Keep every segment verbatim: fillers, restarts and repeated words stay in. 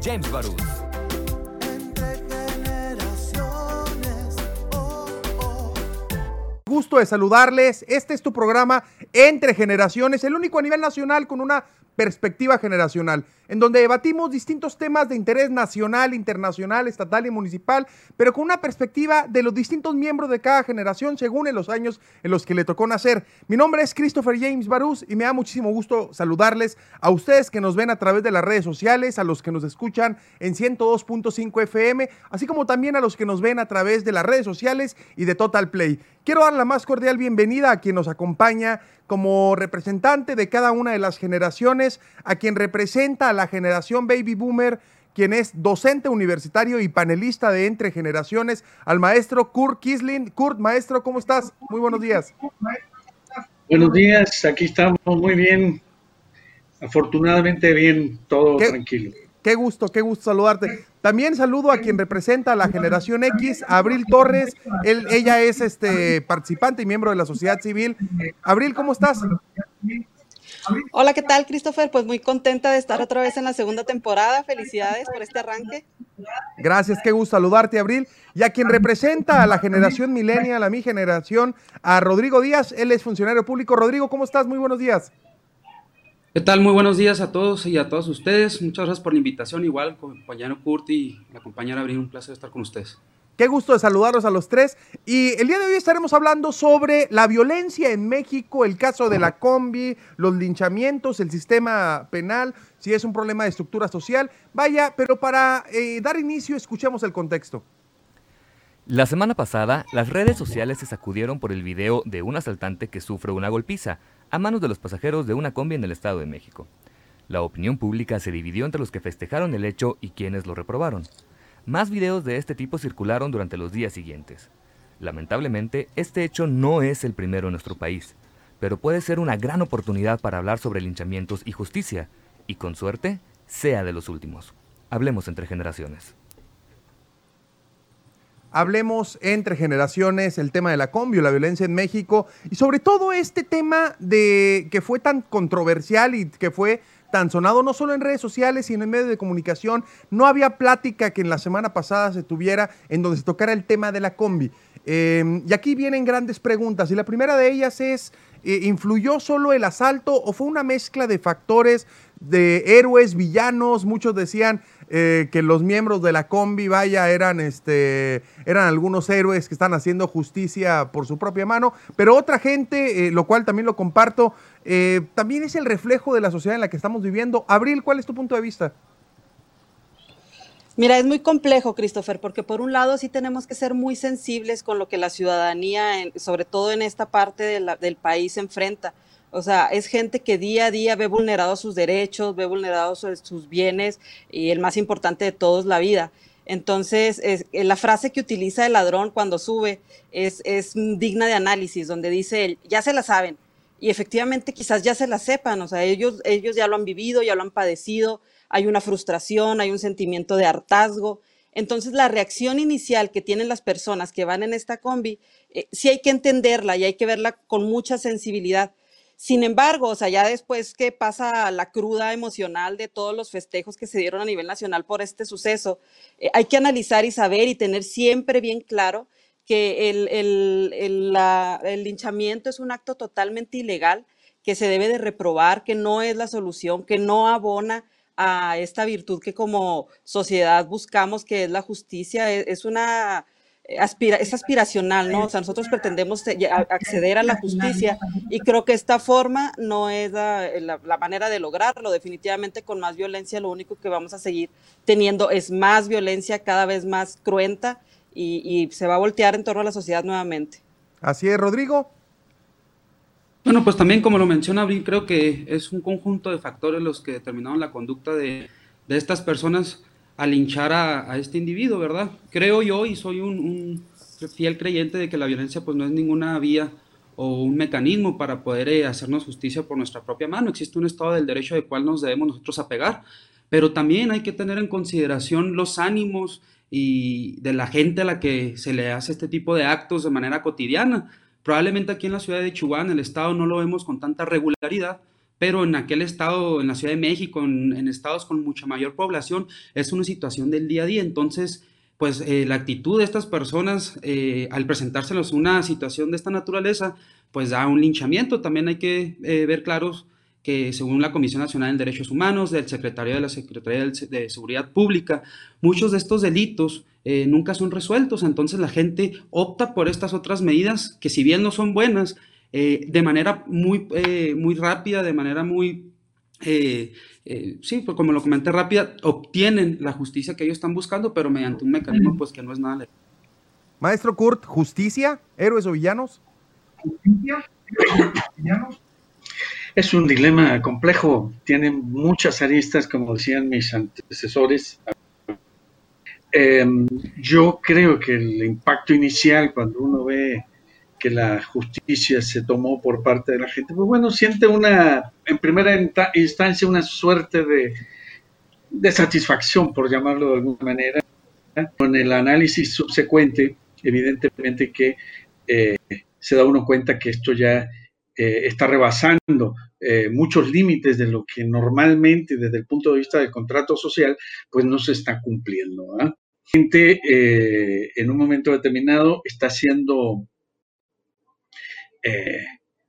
James Barús. Gusto de saludarles. Este es tu programa Entre Generaciones, el único a nivel nacional con una perspectiva generacional, en donde debatimos distintos temas de interés nacional, internacional, estatal y municipal, pero con una perspectiva de los distintos miembros de cada generación según en los años en los que le tocó nacer. Mi nombre es Christopher James Barús y me da muchísimo gusto saludarles a ustedes que nos ven a través de las redes sociales, a los que nos escuchan en ciento dos punto cinco F M, así como también a los que nos ven a través de las redes sociales y de Total Play. Quiero dar la más cordial bienvenida a quien nos acompaña como representante de cada una de las generaciones, a quien representa a la generación Baby Boomer, quien es docente universitario y panelista de Entre Generaciones, al maestro Kurt Kisling. Kurt, maestro, ¿cómo estás? Muy buenos días. Buenos días, aquí estamos muy bien, afortunadamente bien, todo ¿Qué? tranquilo. Qué gusto, qué gusto saludarte. También saludo a quien representa a la generación X, Abril Torres. Él, ella es este participante y miembro de la sociedad civil. Abril, ¿cómo estás? Hola, ¿qué tal, Christopher? Pues muy contenta de estar otra vez en la segunda temporada. Felicidades por este arranque. Gracias, qué gusto saludarte, Abril. Y a quien representa a la generación millennial, a mi generación, a Rodrigo Díaz. Él es funcionario público. Rodrigo, ¿cómo estás? Muy buenos días. ¿Qué tal? Muy buenos días a todos y a todas ustedes. Muchas gracias por la invitación. Igual, compañero Kurt y la compañera Abril, un placer estar con ustedes. Qué gusto de saludarlos a los tres. Y el día de hoy estaremos hablando sobre la violencia en México, el caso de la combi, los linchamientos, el sistema penal, si es un problema de estructura social. Vaya, pero para eh, dar inicio, escuchemos el contexto. La semana pasada, las redes sociales se sacudieron por el video de un asaltante que sufre una golpiza a manos de los pasajeros de una combi en el Estado de México. La opinión pública se dividió entre los que festejaron el hecho y quienes lo reprobaron. Más videos de este tipo circularon durante los días siguientes. Lamentablemente, este hecho no es el primero en nuestro país, pero puede ser una gran oportunidad para hablar sobre linchamientos y justicia, y con suerte, sea de los últimos. Hablemos entre generaciones. Hablemos entre generaciones, el tema de la combi, la violencia en México y sobre todo este tema de que fue tan controversial y que fue tan sonado no solo en redes sociales sino en medios de comunicación. No había plática que en la semana pasada se tuviera en donde se tocara el tema de la combi. Eh, y aquí vienen grandes preguntas y la primera de ellas es, eh, ¿influyó solo el asalto o fue una mezcla de factores, de héroes, villanos? Muchos decían eh, que los miembros de la combi, vaya, eran, este, eran algunos héroes que están haciendo justicia por su propia mano, pero otra gente, eh, lo cual también lo comparto, eh, también es el reflejo de la sociedad en la que estamos viviendo. Abril, ¿cuál es tu punto de vista? Mira, es muy complejo, Christopher, porque por un lado sí tenemos que ser muy sensibles con lo que la ciudadanía, en, sobre todo en esta parte de la, del país, enfrenta. O sea, es gente que día a día ve vulnerados sus derechos, ve vulnerados sus, sus bienes y el más importante de todos, la vida. Entonces, es, la frase que utiliza el ladrón cuando sube es, es digna de análisis, donde dice él, ya se la saben. Y efectivamente quizás ya se la sepan, o sea, ellos, ellos ya lo han vivido, ya lo han padecido, hay una frustración, hay un sentimiento de hartazgo. Entonces, la reacción inicial que tienen las personas que van en esta combi, eh, sí hay que entenderla y hay que verla con mucha sensibilidad. Sin embargo, o sea, ya después que pasa la cruda emocional de todos los festejos que se dieron a nivel nacional por este suceso, eh, hay que analizar y saber y tener siempre bien claro que el, el, el, la, el linchamiento es un acto totalmente ilegal, que se debe de reprobar, que no es la solución, que no abona a esta virtud que como sociedad buscamos, que es la justicia. Es, es una... Aspira, es aspiracional, ¿no? O sea, nosotros pretendemos acceder a la justicia y creo que esta forma no es la, la, la manera de lograrlo. Definitivamente con más violencia lo único que vamos a seguir teniendo es más violencia cada vez más cruenta y, y se va a voltear en torno a la sociedad nuevamente. Así es, Rodrigo. Bueno, pues también como lo menciona Abril, creo que es un conjunto de factores los que determinaron la conducta de, de estas personas a linchar a, a este individuo, ¿verdad? Creo yo y soy un, un fiel creyente de que la violencia pues no es ninguna vía o un mecanismo para poder eh, hacernos justicia por nuestra propia mano. Existe un Estado del Derecho al cual nos debemos nosotros apegar, pero también hay que tener en consideración los ánimos y de la gente a la que se le hace este tipo de actos de manera cotidiana. Probablemente aquí en la ciudad de Chihuahua, en el Estado, no lo vemos con tanta regularidad, pero en aquel estado, en la Ciudad de México, en, en estados con mucha mayor población, es una situación del día a día. Entonces, pues eh, la actitud de estas personas eh, al presentárselos una situación de esta naturaleza, pues da un linchamiento. También hay que eh, ver claros que según la Comisión Nacional de Derechos Humanos, del Secretario de la Secretaría de Seguridad Pública, muchos de estos delitos eh, nunca son resueltos. Entonces la gente opta por estas otras medidas que, si bien no son buenas, eh, de manera muy, eh, muy rápida, de manera muy, eh, eh, sí, pues como lo comenté, rápida, obtienen la justicia que ellos están buscando, pero mediante un mecanismo pues que no es nada legal. Maestro Kurt, ¿justicia? ¿Héroes o villanos? ¿Justicia? ¿Villanos? Es un dilema complejo, tiene muchas aristas, como decían mis antecesores. Eh, yo creo que el impacto inicial, cuando uno ve que la justicia se tomó por parte de la gente, pues bueno, siente una, en primera instancia, una suerte de, de satisfacción, por llamarlo de alguna manera. Con el análisis subsecuente, evidentemente que eh, se da uno cuenta que esto ya eh, está rebasando eh, muchos límites de lo que normalmente, desde el punto de vista del contrato social, pues no se está cumpliendo. ¿eh? La gente eh, en un momento determinado está siendo Eh,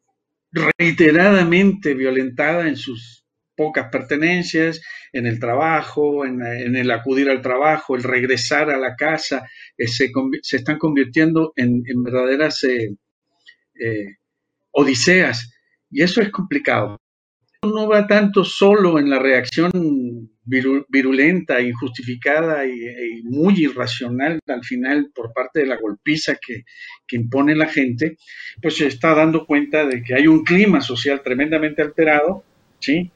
reiteradamente violentada en sus pocas pertenencias, en el trabajo, en, en el acudir al trabajo, el regresar a la casa, eh, se, se, están convirtiendo en, en verdaderas eh, eh, odiseas, y eso es complicado. No va tanto solo en la reacción virulenta, injustificada y, y muy irracional al final por parte de la golpiza que, que impone la gente, pues se está dando cuenta de que hay un clima social tremendamente alterado, ¿sí?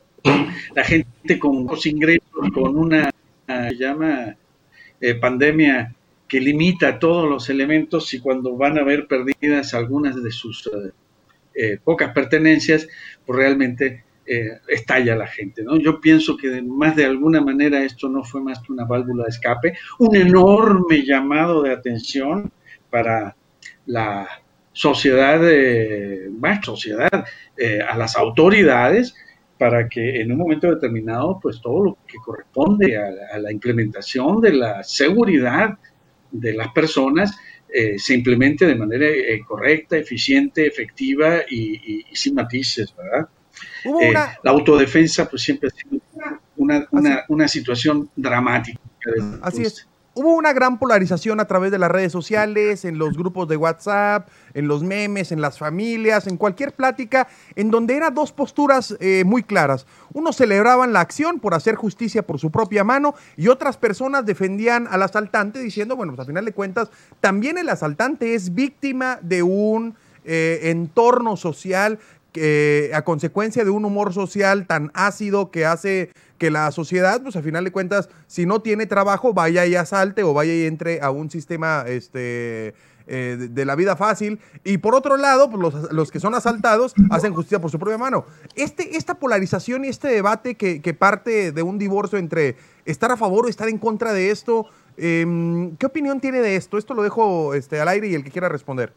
La gente con los ingresos, con una, se llama eh, pandemia que limita todos los elementos, y cuando van a ver perdidas algunas de sus eh, eh, pocas pertenencias, pues realmente eh, estalla la gente, ¿no? Yo pienso que de, más de alguna manera esto no fue más que una válvula de escape, un enorme llamado de atención para la sociedad, eh, más sociedad, eh, a las autoridades, para que en un momento determinado, pues todo lo que corresponde a, a la implementación de la seguridad de las personas eh, se implemente de manera eh, correcta, eficiente, efectiva y, y, y sin matices, ¿verdad? Hubo Eh, una... La autodefensa pues siempre ha sido una, una, una situación dramática. Así es. Hubo una gran polarización a través de las redes sociales, en los grupos de WhatsApp, en los memes, en las familias, en cualquier plática, en donde eran dos posturas eh, muy claras. Unos celebraban la acción por hacer justicia por su propia mano, y otras personas defendían al asaltante diciendo, bueno, pues a final de cuentas, también el asaltante es víctima de un eh, entorno social que, a consecuencia de un humor social tan ácido que hace que la sociedad, pues a final de cuentas, si no tiene trabajo, vaya y asalte o vaya y entre a un sistema este, eh, de, de la vida fácil. Y por otro lado, pues los, los que son asaltados hacen justicia por su propia mano. Este, esta polarización y este debate que, que parte de un divorcio entre estar a favor o estar en contra de esto, eh, ¿qué opinión tiene de esto? Esto lo dejo este, al aire y el que quiera responder.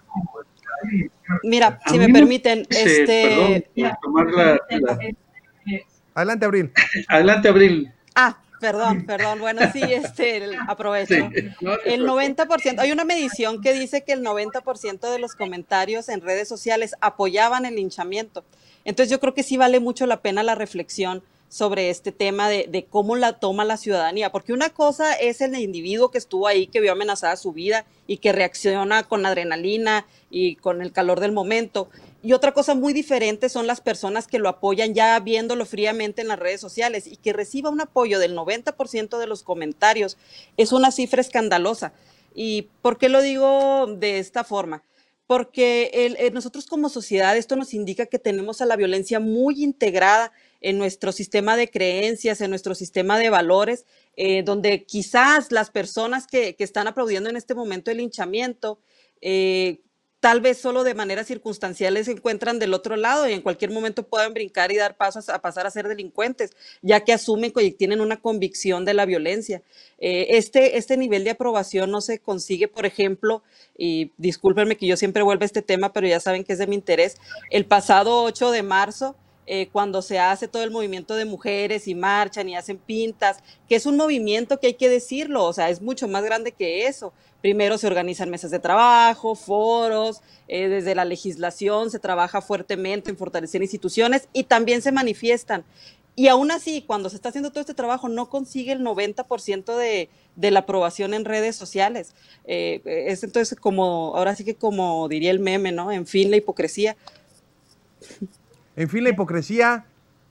Mira, si me permiten, este... este... Perdón, por tomar la... la... Adelante, Abril. Adelante, Abril. Ah, perdón, perdón. Bueno, sí, este, el, aprovecho. Sí, no, el noventa por ciento, hay una medición que dice que el noventa por ciento de los comentarios en redes sociales apoyaban el linchamiento. Entonces yo creo que sí vale mucho la pena la reflexión sobre este tema de, de cómo la toma la ciudadanía, porque una cosa es el individuo que estuvo ahí, que vio amenazada su vida y que reacciona con adrenalina y con el calor del momento, y otra cosa muy diferente son las personas que lo apoyan ya viéndolo fríamente en las redes sociales, y que reciba un apoyo del noventa por ciento de los comentarios es una cifra escandalosa. ¿Y por qué lo digo de esta forma? Porque el, el, nosotros como sociedad, esto nos indica que tenemos a la violencia muy integrada en nuestro sistema de creencias, en nuestro sistema de valores, eh, donde quizás las personas que, que están aplaudiendo en este momento el linchamiento, eh, tal vez solo de manera circunstancial se encuentran del otro lado y en cualquier momento pueden brincar y dar pasos a pasar a ser delincuentes, ya que asumen que tienen una convicción de la violencia. Eh, este, este nivel de aprobación no se consigue, por ejemplo, y discúlpenme que yo siempre vuelvo a este tema, pero ya saben que es de mi interés, el pasado ocho de marzo, eh, cuando se hace todo el movimiento de mujeres y marchan y hacen pintas, que es un movimiento que hay que decirlo, o sea, es mucho más grande que eso. Primero se organizan mesas de trabajo, foros, eh, desde la legislación se trabaja fuertemente en fortalecer instituciones y también se manifiestan. Y aún así, cuando se está haciendo todo este trabajo, no consigue el noventa por ciento de, de la aprobación en redes sociales. Eh, es entonces como, ahora sí que como diría el meme, ¿no? En fin, la hipocresía. En fin, la hipocresía.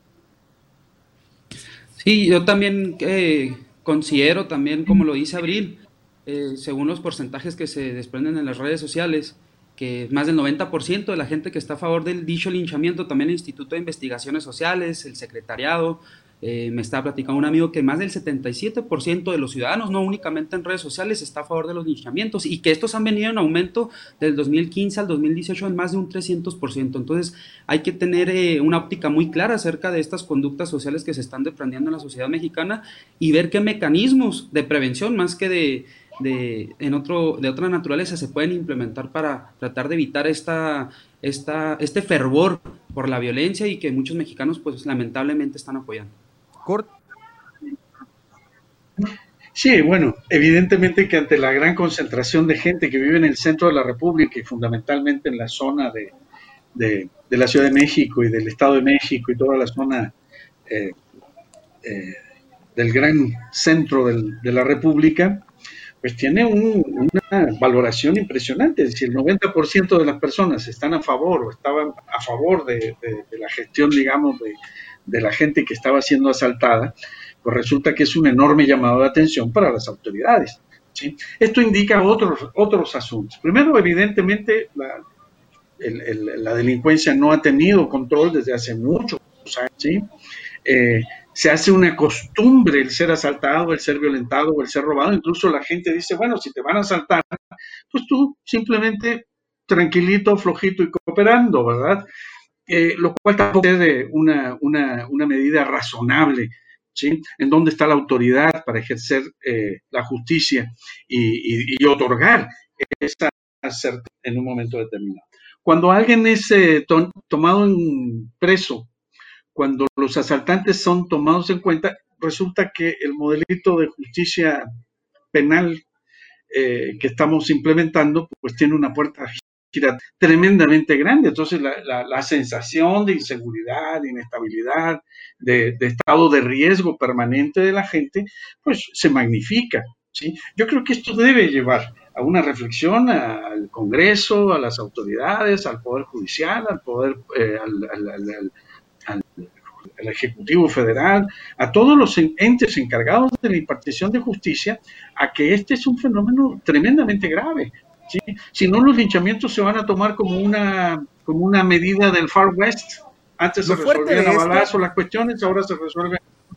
Sí, yo también eh, considero, también como lo dice Abril, eh, según los porcentajes que se desprenden en las redes sociales, que más del noventa por ciento de la gente que está a favor del dicho linchamiento, también el Instituto de Investigaciones Sociales, el secretariado, eh, me estaba platicando un amigo que más del setenta y siete por ciento de los ciudadanos, no únicamente en redes sociales, está a favor de los linchamientos y que estos han venido en aumento del dos mil quince al dos mil dieciocho en más de un trescientos por ciento. Entonces hay que tener eh, una óptica muy clara acerca de estas conductas sociales que se están desprendiendo en la sociedad mexicana y ver qué mecanismos de prevención, más que de, de, en otro, de otra naturaleza, se pueden implementar para tratar de evitar esta, esta, este fervor por la violencia y que muchos mexicanos pues lamentablemente están apoyando. Kurt. Sí, bueno, evidentemente que ante la gran concentración de gente que vive en el centro de la República y fundamentalmente en la zona de, de, de la Ciudad de México y del Estado de México y toda la zona eh, eh, del gran centro del, de la República, pues tiene un, una valoración impresionante. Es decir, el noventa por ciento de las personas están a favor o estaban a favor de, de, de la gestión, digamos, de, de la gente que estaba siendo asaltada, pues resulta que es un enorme llamado de atención para las autoridades, ¿sí? Esto indica otros, otros asuntos. Primero, evidentemente, la, el, el, la delincuencia no ha tenido control desde hace muchos años, ¿sí? Eh, se hace una costumbre el ser asaltado, el ser violentado o el ser robado. Incluso la gente dice, bueno, si te van a asaltar, pues tú simplemente tranquilito, flojito y cooperando, ¿verdad? Eh, lo cual tampoco es una, una, una medida razonable, ¿sí? ¿En dónde está la autoridad para ejercer eh, la justicia y, y, y otorgar esa certeza en un momento determinado? Cuando alguien es eh, to tomado en preso, cuando los asaltantes son tomados en cuenta, resulta que el modelito de justicia penal eh, que estamos implementando, pues tiene una puerta tremendamente grande. Entonces la, la, la sensación de inseguridad, de inestabilidad, de, de estado de riesgo permanente de la gente, pues se magnifica, ¿sí? Yo creo que esto debe llevar a una reflexión al Congreso, a las autoridades, al Poder Judicial, al Poder, eh, al, al, al, al, al al Ejecutivo Federal, a todos los entes encargados de la impartición de justicia, a que este es un fenómeno tremendamente grave, ¿sí? Si no, los linchamientos se van a tomar como una, como una medida del Far West. Antes se resolvían a balazo las cuestiones, ahora se resuelven.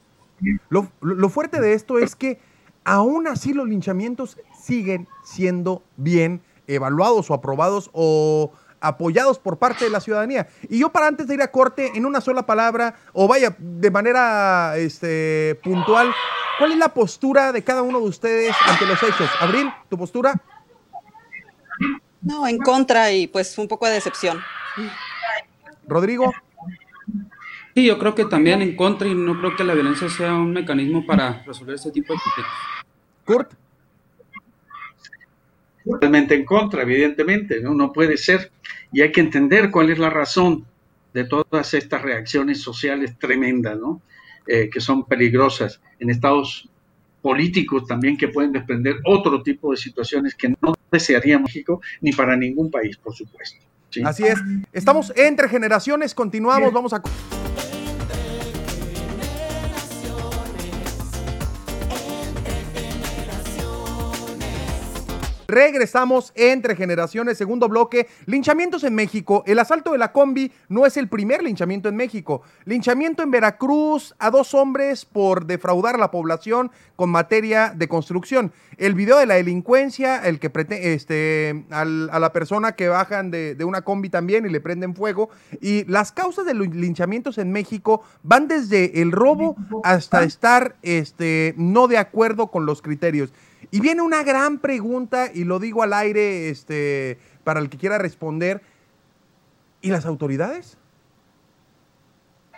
Lo, lo fuerte de esto es que aún así los linchamientos siguen siendo bien evaluados o aprobados o apoyados por parte de la ciudadanía. Y yo, para antes de ir a corte, en una sola palabra, o vaya, de manera este, puntual, ¿cuál es la postura de cada uno de ustedes ante los hechos? Abril, ¿tu postura? No, en contra y pues un poco de decepción. Rodrigo. Sí, yo creo que también en contra y no creo que la violencia sea un mecanismo para resolver este tipo de conflictos. Kurt. Totalmente en contra, evidentemente, ¿no? No puede ser. Y hay que entender cuál es la razón de todas estas reacciones sociales tremendas, ¿no? Eh, que son peligrosas en estados políticos también que pueden desprender otro tipo de situaciones que no desearía México ni para ningún país, por supuesto, ¿sí? Así es. Estamos entre generaciones, continuamos, sí. Vamos a... Regresamos entre generaciones, segundo bloque. Linchamientos en México. El asalto de la combi no es el primer linchamiento en México. Linchamiento en Veracruz a dos hombres por defraudar a la población con materia de construcción. El video de la delincuencia, el que pretende, este, al, a la persona que bajan de, de una combi también y le prenden fuego. Y las causas de los linchamientos en México van desde el robo hasta estar este, no de acuerdo con los criterios. Y viene una gran pregunta, y lo digo al aire este, para el que quiera responder. ¿Y las autoridades?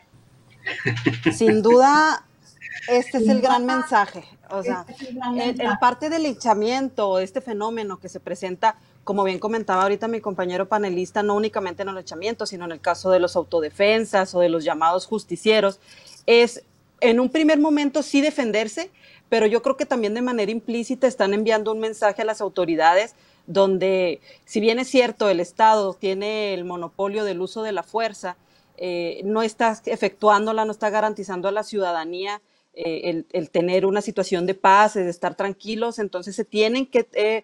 Sin duda, este es el gran mensaje. O sea, en, en parte del linchamiento, este fenómeno que se presenta, como bien comentaba ahorita mi compañero panelista, no únicamente en el linchamiento, sino en el caso de los autodefensas o de los llamados justicieros, es en un primer momento sí defenderse, pero yo creo que también de manera implícita están enviando un mensaje a las autoridades donde, si bien es cierto, el Estado tiene el monopolio del uso de la fuerza, eh, no está efectuándola, no está garantizando a la ciudadanía eh, el, el tener una situación de paz, de estar tranquilos, entonces se tienen que eh,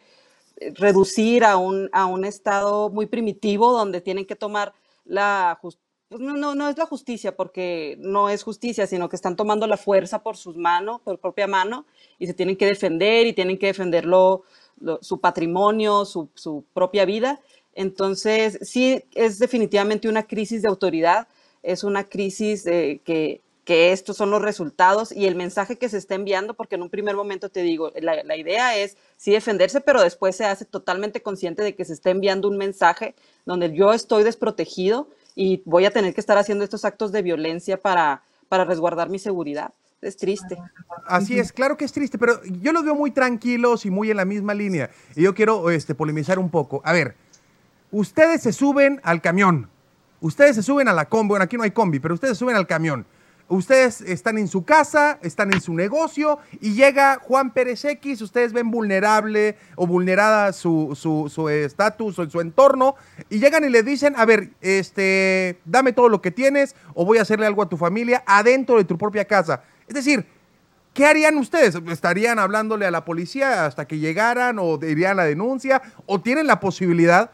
reducir a un, a un estado muy primitivo donde tienen que tomar la justicia. Pues no, no, no es la justicia, porque no es justicia, sino que están tomando la fuerza por sus manos, por propia mano, y se tienen que defender y tienen que defenderlo, lo, su patrimonio, su, su propia vida. Entonces, sí, es definitivamente una crisis de autoridad, es una crisis de que, que estos son los resultados y el mensaje que se está enviando, porque en un primer momento te digo, la, la idea es sí defenderse, pero después se hace totalmente consciente de que se está enviando un mensaje donde yo estoy desprotegido y voy a tener que estar haciendo estos actos de violencia para, para resguardar mi seguridad. Es triste. Así es, claro que es triste, pero yo los veo muy tranquilos y muy en la misma línea. Y yo quiero este, polemizar un poco. A ver, ustedes se suben al camión, ustedes se suben a la combi, bueno, aquí no hay combi, pero ustedes se suben al camión. Ustedes están en su casa, están en su negocio y llega Juan Pérez X, ustedes ven vulnerable o vulnerada su su, su estatus o su entorno y llegan y le dicen, a ver, este, dame todo lo que tienes o voy a hacerle algo a tu familia adentro de tu propia casa. Es decir, ¿qué harían ustedes? ¿Estarían hablándole a la policía hasta que llegaran o dirían la denuncia o tienen la posibilidad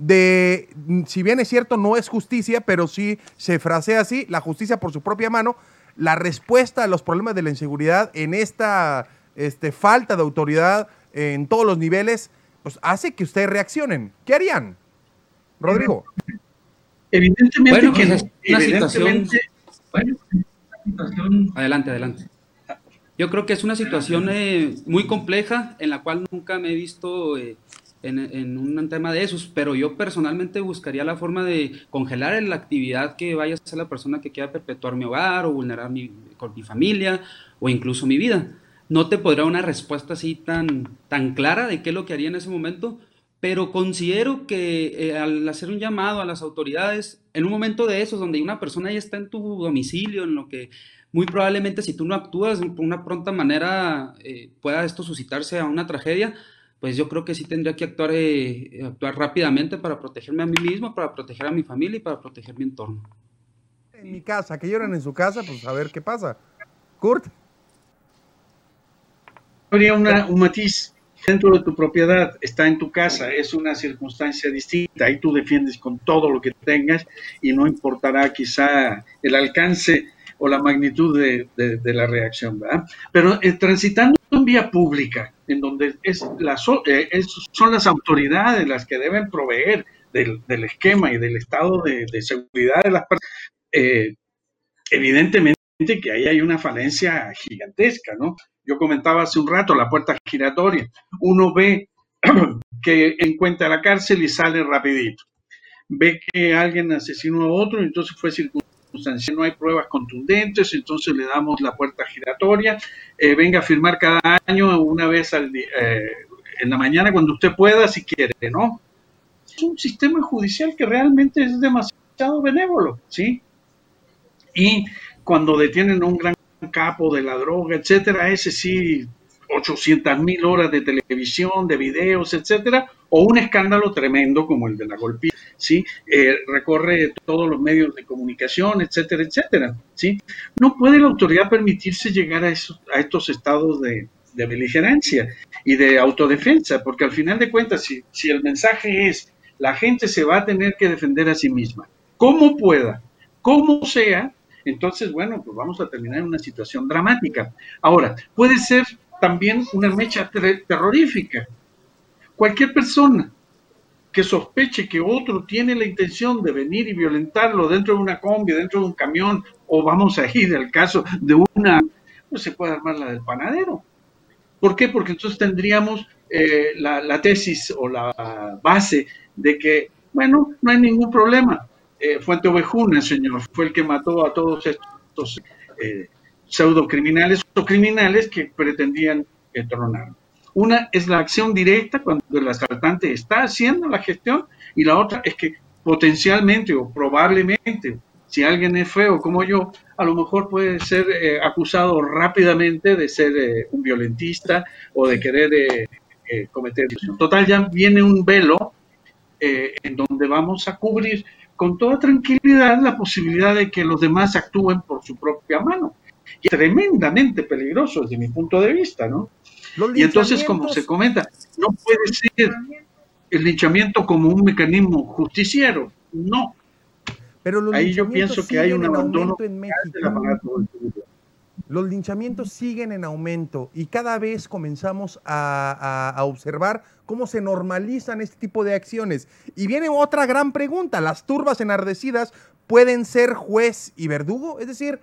de, si bien es cierto, no es justicia, pero sí se frasea así, la justicia por su propia mano, la respuesta a los problemas de la inseguridad en esta este, falta de autoridad en todos los niveles, pues hace que ustedes reaccionen? ¿Qué harían? Rodrigo. Evidentemente bueno, que pues no. Una Evidentemente, situación... Bueno, una situación... Adelante, adelante. Yo creo que es una situación eh, muy compleja en la cual nunca me he visto... Eh, En, en un tema de esos, pero yo personalmente buscaría la forma de congelar la actividad que vaya a hacer la persona que quiera perpetuar mi hogar o vulnerar mi, con mi familia o incluso mi vida. No te podrá una respuesta así tan, tan clara de qué es lo que haría en ese momento, pero considero que eh, al hacer un llamado a las autoridades, en un momento de esos donde una persona ya está en tu domicilio, en lo que muy probablemente si tú no actúas de una pronta manera eh, pueda esto suscitarse a una tragedia, pues yo creo que sí tendría que actuar, eh, actuar rápidamente para protegerme a mí mismo, para proteger a mi familia y para proteger mi entorno. En mi casa, que lloran en su casa, pues a ver qué pasa. Kurt. Habría una, un matiz dentro de tu propiedad, está en tu casa, es una circunstancia distinta, ahí tú defiendes con todo lo que tengas y no importará quizá el alcance o la magnitud de, de, de la reacción, ¿verdad? Pero eh, transitando en vía pública, en donde es la, eh, es, son las autoridades las que deben proveer del, del esquema y del estado de, de seguridad de las personas, eh, evidentemente que ahí hay una falencia gigantesca, ¿no? Yo comentaba hace un rato la puerta giratoria. Uno ve que encuentra la cárcel y sale rapidito. Ve que alguien asesinó a otro, entonces fue circunstancial, no hay pruebas contundentes, entonces le damos la puerta giratoria. Eh, venga a firmar cada año una vez al día, eh, en la mañana cuando usted pueda, si quiere, ¿no? Es un sistema judicial que realmente es demasiado benévolo, ¿sí? Y cuando detienen a un gran capo de la droga, etcétera, ese sí, ochocientas mil horas de televisión, de videos, etcétera, o un escándalo tremendo como el de la golpiza, ¿sí? Eh, recorre todos los medios de comunicación, etcétera, etcétera, ¿sí? No puede la autoridad permitirse llegar a, esos, a estos estados de, de beligerancia y de autodefensa, porque al final de cuentas, si, si el mensaje es la gente se va a tener que defender a sí misma, como pueda, como sea, entonces, bueno, pues vamos a terminar en una situación dramática. Ahora, puede ser también una mecha ter- terrorífica. Cualquier persona que sospeche que otro tiene la intención de venir y violentarlo dentro de una combi, dentro de un camión, o vamos a ir al caso de una, pues se puede armar la del panadero. ¿Por qué? Porque entonces tendríamos eh, la, la tesis o la base de que, bueno, no hay ningún problema. Eh, Fuente Ovejuna, señor, fue el que mató a todos estos estos eh, pseudocriminales o criminales que pretendían eh, tronar. Una es la acción directa cuando el asaltante está haciendo la gestión, y la otra es que potencialmente o probablemente, si alguien es feo como yo, a lo mejor puede ser eh, acusado rápidamente de ser eh, un violentista o de querer eh, eh, cometer. Total, ya viene un velo eh, en donde vamos a cubrir con toda tranquilidad la posibilidad de que los demás actúen por su propia mano. Y es tremendamente peligroso desde mi punto de vista, ¿no? Y entonces, como se comenta, no puede ser el linchamiento como un mecanismo justiciero, no. Pero los Ahí yo pienso que hay un abandono en México. del aparato del público. Los linchamientos siguen en aumento y cada vez comenzamos a, a, a observar cómo se normalizan este tipo de acciones. Y viene otra gran pregunta: ¿las turbas enardecidas pueden ser juez y verdugo? Es decir,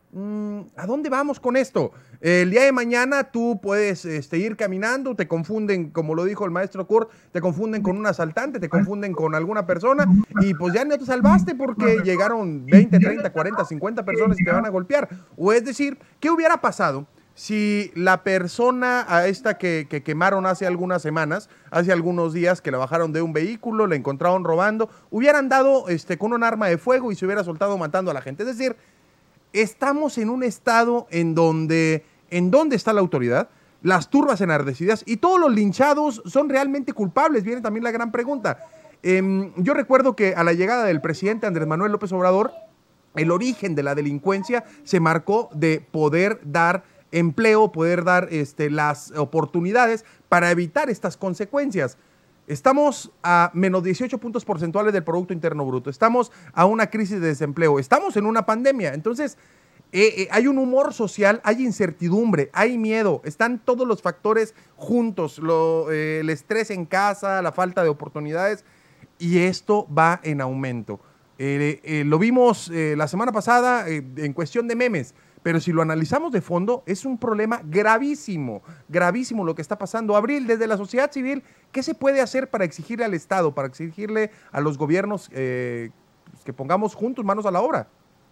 ¿a dónde vamos con esto? El día de mañana tú puedes este, ir caminando, te confunden, como lo dijo el maestro Kurt, te confunden con un asaltante, te confunden con alguna persona y pues ya no te salvaste porque llegaron veinte, treinta, cuarenta, cincuenta personas y te van a golpear. O es decir, ¿qué hubiera pasado si la persona a esta que, que quemaron hace algunas semanas, hace algunos días, que la bajaron de un vehículo, la encontraron robando, hubieran dado este, con un arma de fuego y se hubiera soltado matando a la gente? Es decir, estamos en un estado en donde, ¿en dónde está la autoridad? Las turbas enardecidas y todos los linchados son realmente culpables. Viene también la gran pregunta. Eh, yo recuerdo que a la llegada del presidente Andrés Manuel López Obrador, el origen de la delincuencia se marcó de poder dar empleo, poder dar este, las oportunidades para evitar estas consecuencias. Estamos a menos dieciocho puntos porcentuales del Producto Interno Bruto. Estamos a una crisis de desempleo. Estamos en una pandemia. Entonces, eh, eh, hay un humor social, hay incertidumbre, hay miedo. Están todos los factores juntos. Lo, eh, el estrés en casa, la falta de oportunidades. Y esto va en aumento. Eh, eh, lo vimos eh, la semana pasada eh, en cuestión de memes. Pero si lo analizamos de fondo, es un problema gravísimo, gravísimo lo que está pasando. Abril, desde la sociedad civil, ¿qué se puede hacer para exigirle al Estado, para exigirle a los gobiernos eh, que pongamos juntos manos a la obra?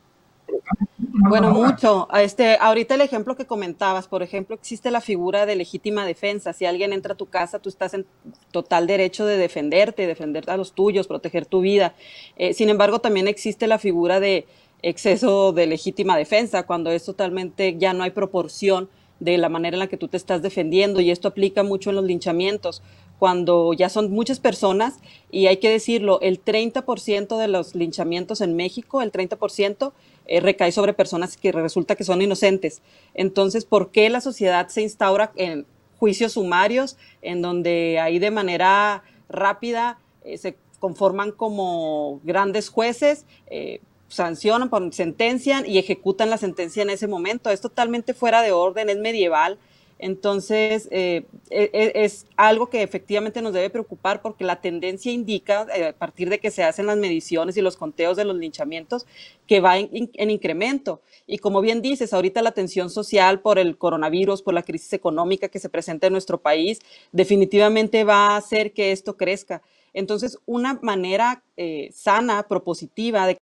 Bueno, mucho. Este, ahorita el ejemplo que comentabas, por ejemplo, existe la figura de legítima defensa. Si alguien entra a tu casa, tú estás en total derecho de defenderte, defender a los tuyos, proteger tu vida. Eh, sin embargo, también existe la figura de exceso de legítima defensa, cuando es totalmente, ya no hay proporción de la manera en la que tú te estás defendiendo, y esto aplica mucho en los linchamientos, cuando ya son muchas personas, y hay que decirlo, el treinta por ciento de los linchamientos en México, el treinta por ciento eh, recae sobre personas que resulta que son inocentes. Entonces, ¿por qué la sociedad se instaura en juicios sumarios, en donde ahí de manera rápida eh, se conforman como grandes jueces, eh, sancionan, sentencian y ejecutan la sentencia en ese momento? Es totalmente fuera de orden, es medieval. Entonces, eh, es, es algo que efectivamente nos debe preocupar, porque la tendencia indica, eh, a partir de que se hacen las mediciones y los conteos de los linchamientos, que va en, en incremento. Y como bien dices, ahorita la tensión social por el coronavirus, por la crisis económica que se presenta en nuestro país, definitivamente va a hacer que esto crezca. Entonces, una manera eh, sana, propositiva de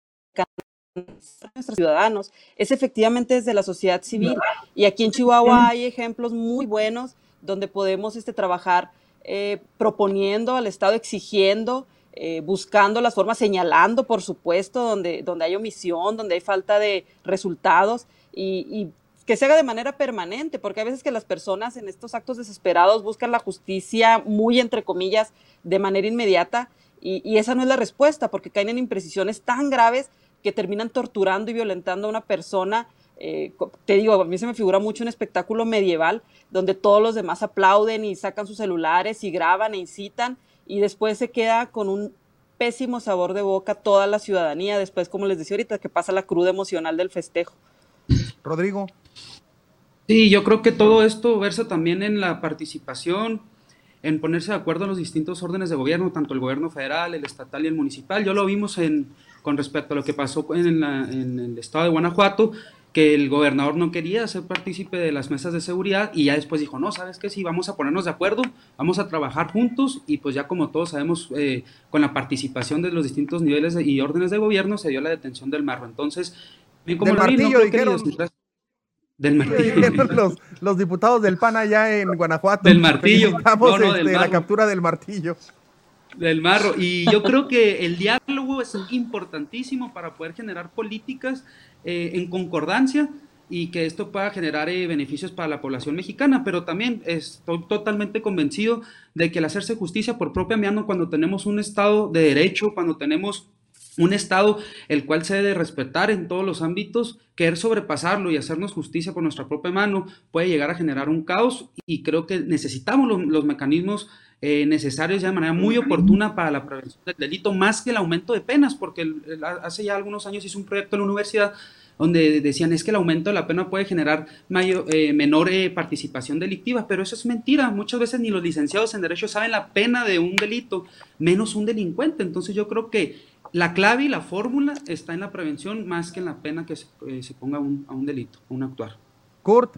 nuestros ciudadanos es efectivamente desde la sociedad civil, y aquí en Chihuahua hay ejemplos muy buenos donde podemos este, trabajar eh, proponiendo al Estado, exigiendo, eh, buscando las formas, señalando por supuesto donde, donde hay omisión, donde hay falta de resultados, y, y que se haga de manera permanente, porque a veces que las personas en estos actos desesperados buscan la justicia muy entre comillas de manera inmediata, y, y esa no es la respuesta, porque caen en imprecisiones tan graves que terminan torturando y violentando a una persona. Eh, te digo, a mí se me figura mucho un espectáculo medieval donde todos los demás aplauden y sacan sus celulares y graban e incitan, y después se queda con un pésimo sabor de boca toda la ciudadanía, después, como les decía ahorita, que pasa la cruda emocional del festejo. Rodrigo. Sí, yo creo que todo esto versa también en la participación, en ponerse de acuerdo en los distintos órdenes de gobierno, tanto el gobierno federal, el estatal y el municipal. Yo lo vimos en, con respecto a lo que pasó en, la, en el estado de Guanajuato, que el gobernador no quería ser partícipe de las mesas de seguridad, y ya después dijo, no, ¿sabes qué? Sí, vamos a ponernos de acuerdo, vamos a trabajar juntos, y pues ya como todos sabemos, eh, con la participación de los distintos niveles de, y órdenes de gobierno, se dio la detención del marro. Entonces, Bien, como Del lo vi, no martillo, creo que ni dijeron. descifras- Del martillo. Dijeron los, los diputados del P A N allá en Guanajuato. Del martillo. Felicitamos No, no, del este, la marro. captura del martillo. Del marro. Y yo creo que el diálogo es importantísimo para poder generar políticas eh, en concordancia y que esto pueda generar eh, beneficios para la población mexicana, pero también estoy totalmente convencido de que el hacerse justicia por propia mano, cuando tenemos un Estado de derecho, cuando tenemos un Estado el cual se debe respetar en todos los ámbitos, querer sobrepasarlo y hacernos justicia por nuestra propia mano puede llegar a generar un caos, y creo que necesitamos los, los mecanismos eh, necesarios ya de manera muy oportuna para la prevención del delito, más que el aumento de penas, porque el, el, hace ya algunos años hice un proyecto en la universidad donde decían es que el aumento de la pena puede generar mayor, eh, menor eh, participación delictiva, pero eso es mentira. Muchas veces ni los licenciados en Derecho saben la pena de un delito, menos un delincuente. Entonces yo creo que la clave y la fórmula está en la prevención más que en la pena que se, eh, se ponga un, a un delito, a un actuar. Kurt.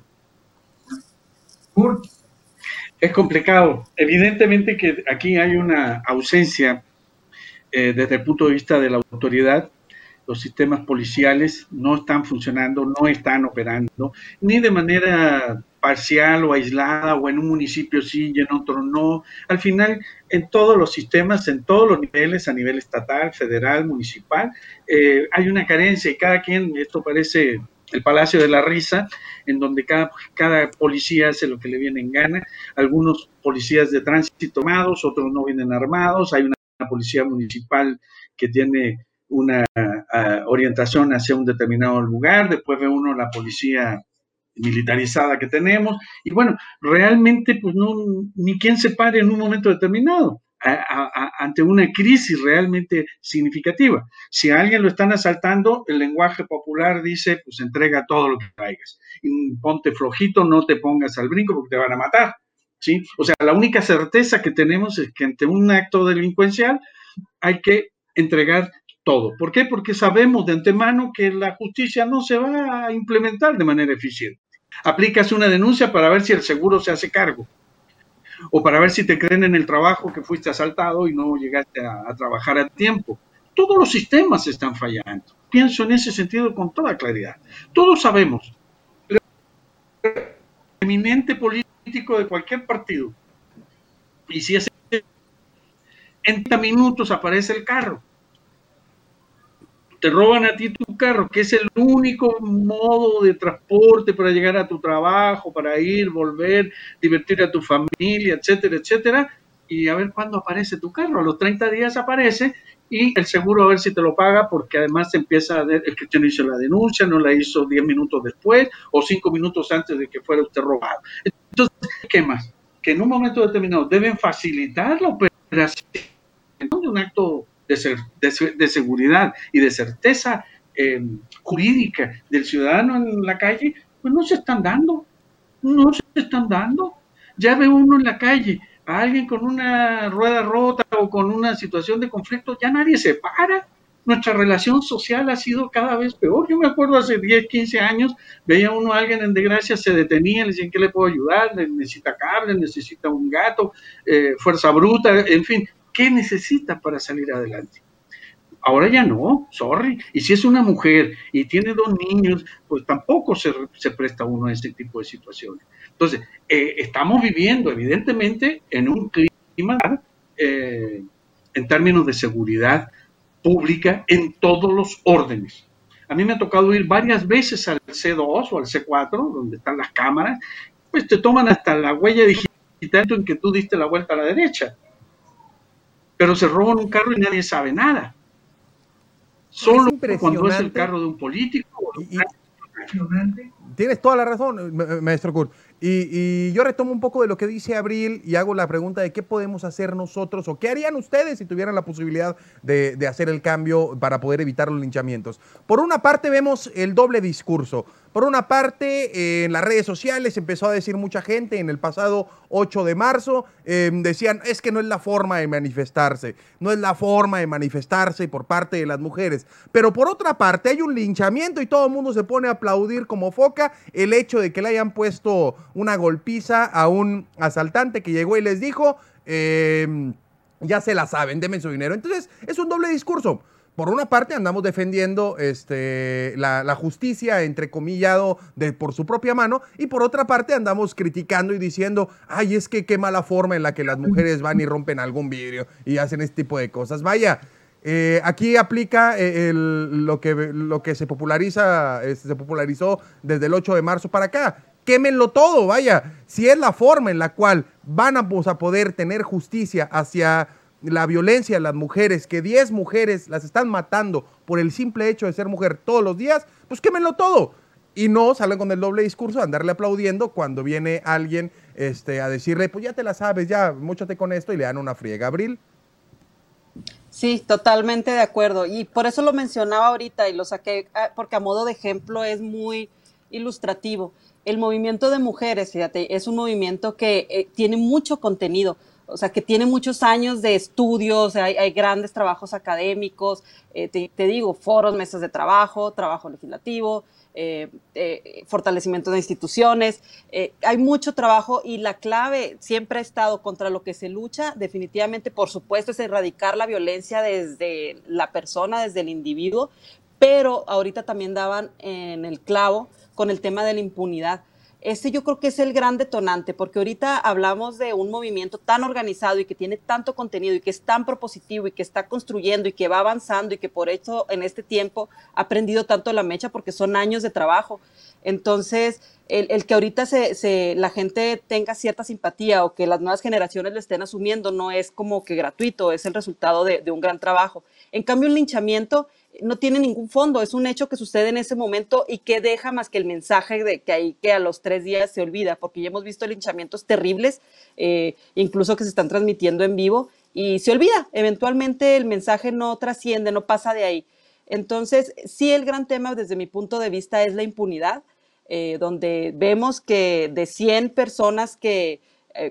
Kurt. Es complicado. Evidentemente que aquí hay una ausencia eh, desde el punto de vista de la autoridad. Los sistemas policiales no están funcionando, no están operando, ni de manera parcial o aislada, o en un municipio sí y en otro no. Al final, en todos los sistemas, en todos los niveles, a nivel estatal, federal, municipal, eh, hay una carencia, y cada quien, esto parece el Palacio de la Risa, en donde cada, cada policía hace lo que le viene en gana. Algunos policías de tránsito armados, otros no vienen armados. Hay una, una policía municipal que tiene una uh, orientación hacia un determinado lugar, después ve uno la policía militarizada que tenemos, y bueno, realmente pues no, ni quien se pare en un momento determinado a, a, a, ante una crisis realmente significativa. Si a alguien lo están asaltando, el lenguaje popular dice, pues entrega todo lo que traigas, y ponte flojito, no te pongas al brinco porque te van a matar, ¿sí? O sea, la única certeza que tenemos es que ante un acto delincuencial hay que entregar todo. ¿Por qué? Porque sabemos de antemano que la justicia no se va a implementar de manera eficiente. Aplicas una denuncia para ver si el seguro se hace cargo, o para ver si te creen en el trabajo que fuiste asaltado y no llegaste a, a trabajar a tiempo. Todos los sistemas están fallando. Pienso en ese sentido con toda claridad. Todos sabemos, el eminente político de cualquier partido, y si es en treinta minutos aparece el carro, te roban a ti tu carro, que es el único modo de transporte para llegar a tu trabajo, para ir, volver, divertir a tu familia, etcétera, etcétera, y a ver cuándo aparece tu carro. A los treinta días aparece, y el seguro a ver si te lo paga, porque además se empieza a ver, es que usted no hizo la denuncia, no la hizo diez minutos después, o cinco minutos antes de que fuera usted robado. Entonces, ¿qué más? Que en un momento determinado deben facilitar la operación de un acto De, ser, de, de seguridad y de certeza eh, jurídica del ciudadano en la calle, pues no se están dando, no se están dando. Ya ve uno en la calle a alguien con una rueda rota o con una situación de conflicto, ya nadie se para. Nuestra relación social ha sido cada vez peor. Yo me acuerdo hace diez, quince años, veía uno a alguien en desgracia, se detenía, le decían, ¿qué le puedo ayudar? Necesita cable, necesita un gato, eh, fuerza bruta, en fin. ¿Qué necesita para salir adelante? Ahora ya no, sorry. Y si es una mujer y tiene dos niños, pues tampoco se, se presta uno a ese tipo de situaciones. Entonces, eh, estamos viviendo evidentemente en un clima eh, en términos de seguridad pública en todos los órdenes. A mí me ha tocado ir varias veces al C dos o al C cuatro, donde están las cámaras, pues te toman hasta la huella digital en que tú diste la vuelta a la derecha. Pero se roban un carro y nadie sabe nada. Solo es cuando es el carro de un político. Y, y, tienes toda la razón, maestro Kurt. Y, y yo retomo un poco de lo que dice Abril y hago la pregunta de qué podemos hacer nosotros o qué harían ustedes si tuvieran la posibilidad de, de hacer el cambio para poder evitar los linchamientos. Por una parte vemos el doble discurso. Por una parte, eh, en las redes sociales empezó a decir mucha gente en el pasado ocho de marzo, eh, decían, es que no es la forma de manifestarse, no es la forma de manifestarse por parte de las mujeres. Pero por otra parte hay un linchamiento y todo el mundo se pone a aplaudir como foca el hecho de que le hayan puesto una golpiza a un asaltante que llegó y les dijo, eh, ya se la saben, denme su dinero. Entonces es un doble discurso. por una parte andamos defendiendo este, la, la justicia, entrecomillado, de, por su propia mano, y por otra parte andamos criticando y diciendo, ay, es que qué mala forma en la que las mujeres van y rompen algún vidrio y hacen este tipo de cosas. Vaya, eh, aquí aplica el, lo, que, lo que se populariza, eh, se popularizó desde el ocho de marzo para acá. Quémenlo todo, vaya. Si es la forma en la cual van a, pues, a poder tener justicia hacia la violencia de las mujeres, que diez mujeres las están matando por el simple hecho de ser mujer todos los días, pues quémenlo todo. Y no salen con el doble discurso de andarle aplaudiendo cuando viene alguien este, a decirle, pues ya te la sabes, ya, móchate con esto, y le dan una friega. Abril. Sí, totalmente de acuerdo. Y por eso lo mencionaba ahorita y lo saqué, porque a modo de ejemplo es muy ilustrativo. El movimiento de mujeres, fíjate, es un movimiento que eh, tiene mucho contenido. O sea, que tiene muchos años de estudios, hay, hay grandes trabajos académicos, eh, te, te digo, foros, mesas de trabajo, trabajo legislativo, eh, eh, fortalecimiento de instituciones, eh, hay mucho trabajo y la clave siempre ha estado contra lo que se lucha, definitivamente, por supuesto, es erradicar la violencia desde la persona, desde el individuo, pero ahorita también daban en el clavo con el tema de la impunidad. Este yo creo que es el gran detonante, porque ahorita hablamos de un movimiento tan organizado y que tiene tanto contenido y que es tan propositivo y que está construyendo y que va avanzando y que por eso en este tiempo ha aprendido tanto la mecha porque son años de trabajo. Entonces, el, el que ahorita se, se, la gente tenga cierta simpatía o que las nuevas generaciones lo estén asumiendo no es como que gratuito, es el resultado de, de un gran trabajo. En cambio, un linchamiento no tiene ningún fondo, es un hecho que sucede en ese momento y que deja más que el mensaje de que, hay, que a los tres días se olvida, porque ya hemos visto linchamientos terribles, eh, incluso que se están transmitiendo en vivo, y se olvida, eventualmente el mensaje no trasciende, no pasa de ahí. Entonces, sí, el gran tema desde mi punto de vista es la impunidad, eh, donde vemos que de cien personas que... Eh,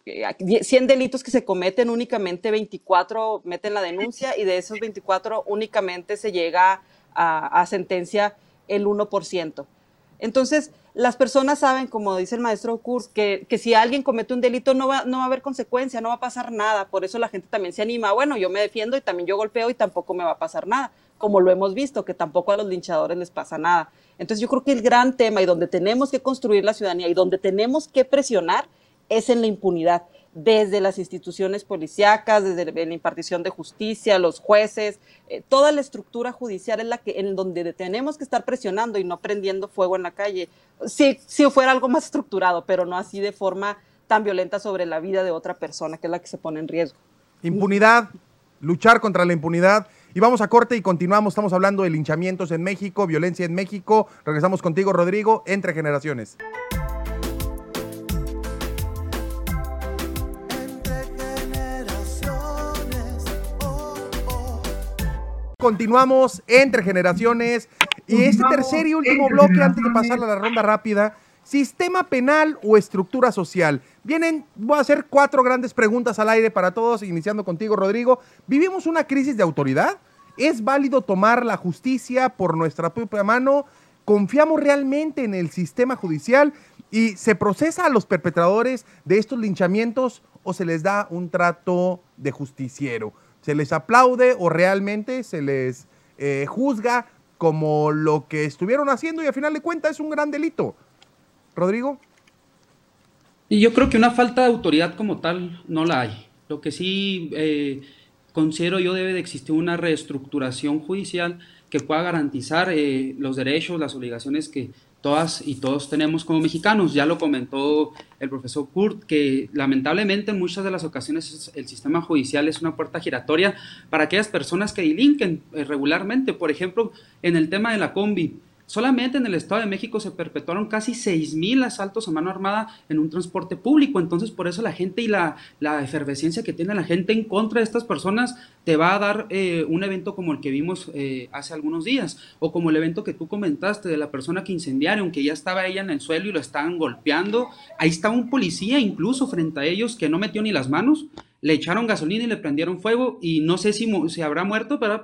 cien delitos que se cometen, únicamente veinticuatro meten la denuncia y de esos veinticuatro únicamente se llega a, a sentencia el uno por ciento. Entonces, las personas saben, como dice el maestro Kurz, que, que si alguien comete un delito no va, no va a haber consecuencia, no va a pasar nada. Por eso la gente también se anima. Bueno, yo me defiendo y también yo golpeo y tampoco me va a pasar nada. Como lo hemos visto, que tampoco a los linchadores les pasa nada. Entonces, yo creo que el gran tema y donde tenemos que construir la ciudadanía y donde tenemos que presionar es en la impunidad, desde las instituciones policíacas, desde la impartición de justicia, los jueces, eh, toda la estructura judicial es la que, en donde tenemos que estar presionando y no prendiendo fuego en la calle. Si, si fuera algo más estructurado, pero no así de forma tan violenta sobre la vida de otra persona, que es la que se pone en riesgo. Impunidad, luchar contra la impunidad. Y vamos a corte y continuamos. Estamos hablando de linchamientos en México, violencia en México. Regresamos contigo, Rodrigo, Entre Generaciones. Continuamos Entre Generaciones y este tercer y último bloque antes de pasar a la ronda rápida, sistema penal o estructura social. Vienen, voy a hacer cuatro grandes preguntas al aire para todos, iniciando contigo, Rodrigo. ¿Vivimos una crisis de autoridad? ¿Es válido tomar la justicia por nuestra propia mano? ¿Confiamos realmente en el sistema judicial? ¿Y se procesa a los perpetradores de estos linchamientos o se les da un trato de justiciero? ¿Se les aplaude o realmente se les eh, juzga como lo que estuvieron haciendo y al final de cuentas es un gran delito? Rodrigo. Y yo creo que una falta de autoridad como tal no la hay. Lo que sí eh, considero yo debe de existir una reestructuración judicial que pueda garantizar eh, los derechos, las obligaciones que todas y todos tenemos como mexicanos. Ya lo comentó el profesor Kurz, que lamentablemente en muchas de las ocasiones el sistema judicial es una puerta giratoria para aquellas personas que delinquen eh, regularmente. Por ejemplo, en el tema de la combi, solamente en el Estado de México se perpetuaron casi seis mil asaltos a mano armada en un transporte público. Entonces, por eso la gente y la, la efervescencia que tiene la gente en contra de estas personas te va a dar eh, un evento como el que vimos eh, hace algunos días, o como el evento que tú comentaste de la persona que incendiaron, aunque ya estaba ella en el suelo y lo estaban golpeando. Ahí estaba un policía incluso frente a ellos que no metió ni las manos, le echaron gasolina y le prendieron fuego, y no sé si, si habrá muerto, pero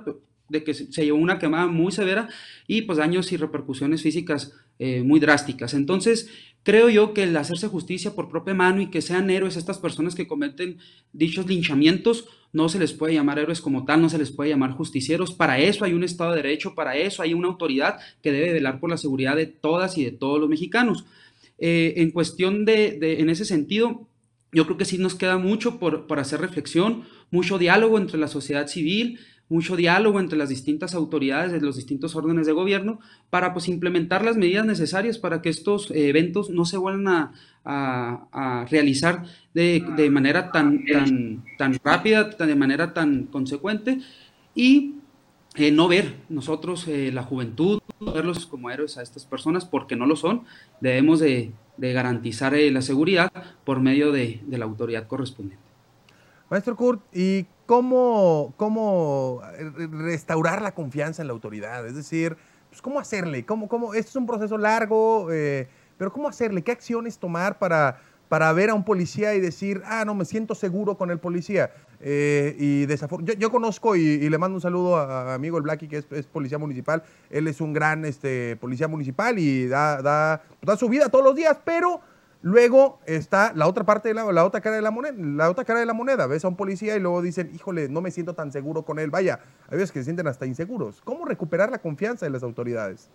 de que se, se llevó una quemada muy severa y pues daños y repercusiones físicas eh, muy drásticas. Entonces, creo yo que el hacerse justicia por propia mano y que sean héroes estas personas que cometen dichos linchamientos, no se les puede llamar héroes como tal, no se les puede llamar justicieros. Para eso hay un Estado de Derecho, para eso hay una autoridad que debe velar por la seguridad de todas y de todos los mexicanos. Eh, en cuestión de, de, en ese sentido, yo creo que sí nos queda mucho por, por hacer reflexión, mucho diálogo entre la sociedad civil, mucho diálogo entre las distintas autoridades de los distintos órdenes de gobierno para pues implementar las medidas necesarias para que estos eh, eventos no se vuelvan a, a, a realizar de, de manera tan, tan, tan rápida, de manera tan consecuente y eh, no ver nosotros eh, la juventud, verlos como héroes a estas personas porque no lo son. Debemos de, de garantizar eh, la seguridad por medio de, de la autoridad correspondiente. Maestro Kurt, ¿y cómo, cómo restaurar la confianza en la autoridad? Es decir, pues, ¿cómo hacerle? ¿Cómo, cómo? Esto es un proceso largo, eh, pero ¿cómo hacerle? ¿Qué acciones tomar para, para ver a un policía y decir, ah, no, me siento seguro con el policía? Eh, y desafor- yo, yo conozco y, y le mando un saludo a, a amigo el Blacky, que es, es policía municipal. Él es un gran este, policía municipal y da, da, da su vida todos los días, pero luego está la otra parte de la, la otra cara de la moneda, la otra cara de la moneda. Ves a un policía y luego dicen, híjole, no me siento tan seguro con él. Vaya, hay veces que se sienten hasta inseguros. ¿Cómo recuperar la confianza de las autoridades?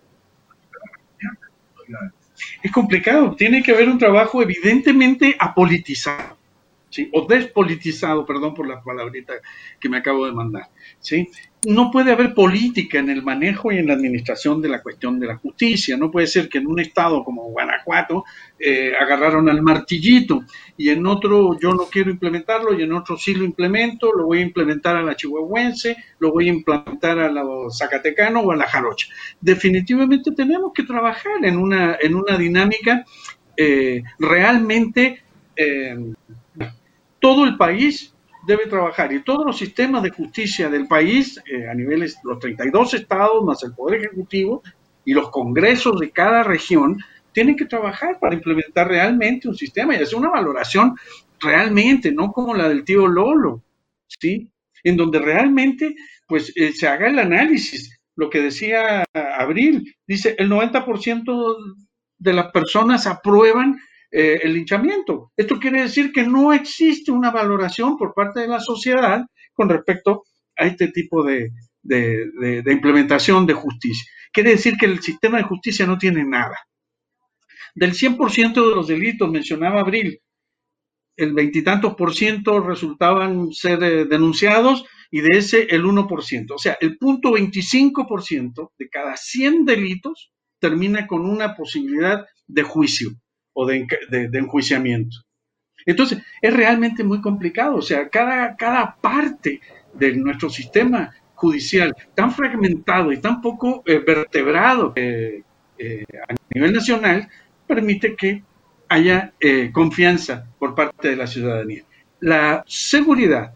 Es complicado, tiene que haber un trabajo evidentemente apolitizado, ¿sí? O despolitizado, perdón por la palabrita que me acabo de mandar, ¿sí? No puede haber política en el manejo y en la administración de la cuestión de la justicia. No puede ser que en un estado como Guanajuato eh, agarraron al martillito y en otro yo no quiero implementarlo y en otro sí lo implemento, lo voy a implementar a la chihuahuense, lo voy a implementar a la zacatecano o a la jarocha. Definitivamente tenemos que trabajar en una, en una dinámica eh, realmente eh, todo el país debe trabajar y todos los sistemas de justicia del país, eh, a niveles los treinta y dos estados, más el Poder Ejecutivo y los congresos de cada región, tienen que trabajar para implementar realmente un sistema y hacer una valoración realmente, no como la del tío Lolo, ¿sí? En donde realmente pues eh, se haga el análisis. Lo que decía Abril, dice, el noventa por ciento de las personas aprueban Eh, el linchamiento. Esto quiere decir que no existe una valoración por parte de la sociedad con respecto a este tipo de, de, de, de implementación de justicia. Quiere decir que el sistema de justicia no tiene nada. Del cien por ciento de los delitos, mencionaba Abril, el veintitantos por ciento resultaban ser eh, denunciados y de ese el uno por ciento. O sea, el punto veinticinco por ciento de cada cien delitos termina con una posibilidad de juicio o de, de, de enjuiciamiento. Entonces, es realmente muy complicado. O sea, cada, cada parte de nuestro sistema judicial tan fragmentado y tan poco eh, vertebrado eh, eh, a nivel nacional permite que haya eh, confianza por parte de la ciudadanía. La seguridad,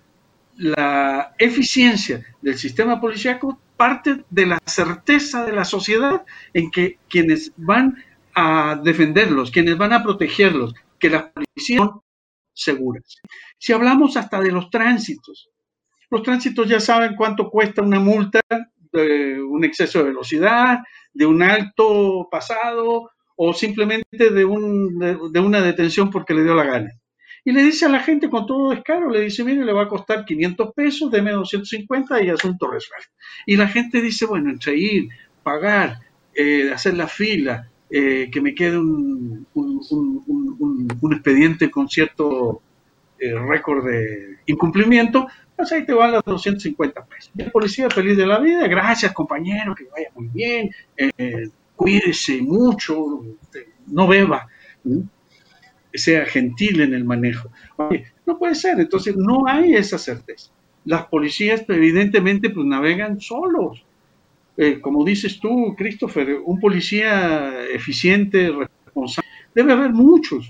la eficiencia del sistema policíaco parte de la certeza de la sociedad en que quienes van a defenderlos, quienes van a protegerlos, que las policías son seguras. Si hablamos hasta de los tránsitos, los tránsitos ya saben cuánto cuesta una multa de un exceso de velocidad, de un alto pasado o simplemente de, un, de, de una detención porque le dio la gana. Y le dice a la gente con todo descaro, le dice, mire, le va a costar quinientos pesos, deme doscientos cincuenta y asunto resuelto. Y la gente dice, bueno, entre ir, pagar, eh, hacer la fila, Eh, que me quede un, un, un, un, un expediente con cierto eh, récord de incumplimiento, pues ahí te van los doscientos cincuenta pesos. Y el policía feliz de la vida, gracias compañero, que vaya muy bien, eh, cuídese mucho, no beba, ¿sí? Sea gentil en el manejo. Oye, no puede ser, entonces no hay esa certeza. Las policías evidentemente pues navegan solos. Eh, como dices tú, Christopher, un policía eficiente, responsable, debe haber muchos,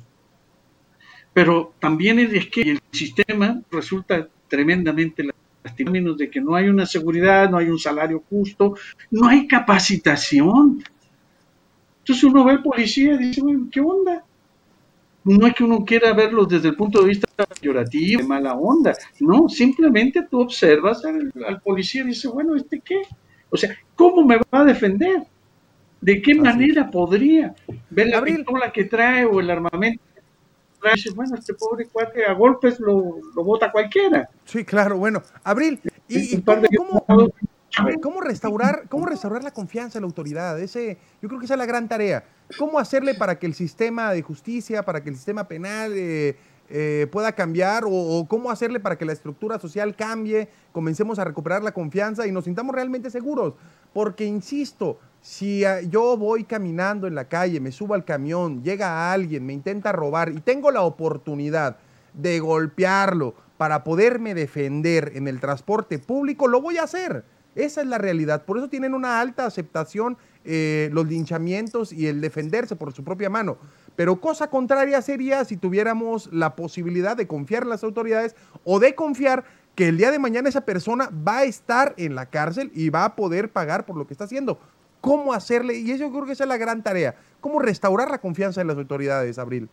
pero también es que el sistema resulta tremendamente lastimado de que no hay una seguridad, no hay un salario justo, no hay capacitación. Entonces uno ve al policía y dice, bueno, ¿qué onda? no es que uno quiera verlos desde el punto de vista peyorativo, de mala onda, no, simplemente tú observas al, al policía y dices, bueno, ¿este qué? O sea, ¿cómo me va a defender? ¿De qué Así manera es. podría ver la Abril. pistola que trae o el armamento que trae? Y dice, bueno, este pobre cuate a golpes lo, lo bota cualquiera. Sí, claro, bueno. Abril, ¿y, y cómo, cómo, cómo, restaurar, cómo restaurar la confianza en la autoridad? Ese, yo creo que esa es la gran tarea. ¿Cómo hacerle para que el sistema de justicia, para que el sistema penal eh, eh, pueda cambiar? O, ¿O cómo hacerle para que la estructura social cambie, comencemos a recuperar la confianza y nos sintamos realmente seguros? Porque, insisto, si yo voy caminando en la calle, me subo al camión, llega alguien, me intenta robar y tengo la oportunidad de golpearlo para poderme defender en el transporte público, lo voy a hacer. Esa es la realidad. Por eso tienen una alta aceptación eh, los linchamientos y el defenderse por su propia mano. Pero cosa contraria sería si tuviéramos la posibilidad de confiar en las autoridades o de confiar que el día de mañana esa persona va a estar en la cárcel y va a poder pagar por lo que está haciendo. ¿Cómo hacerle? Y eso yo creo que esa es la gran tarea. ¿Cómo restaurar la confianza en las autoridades, Abril?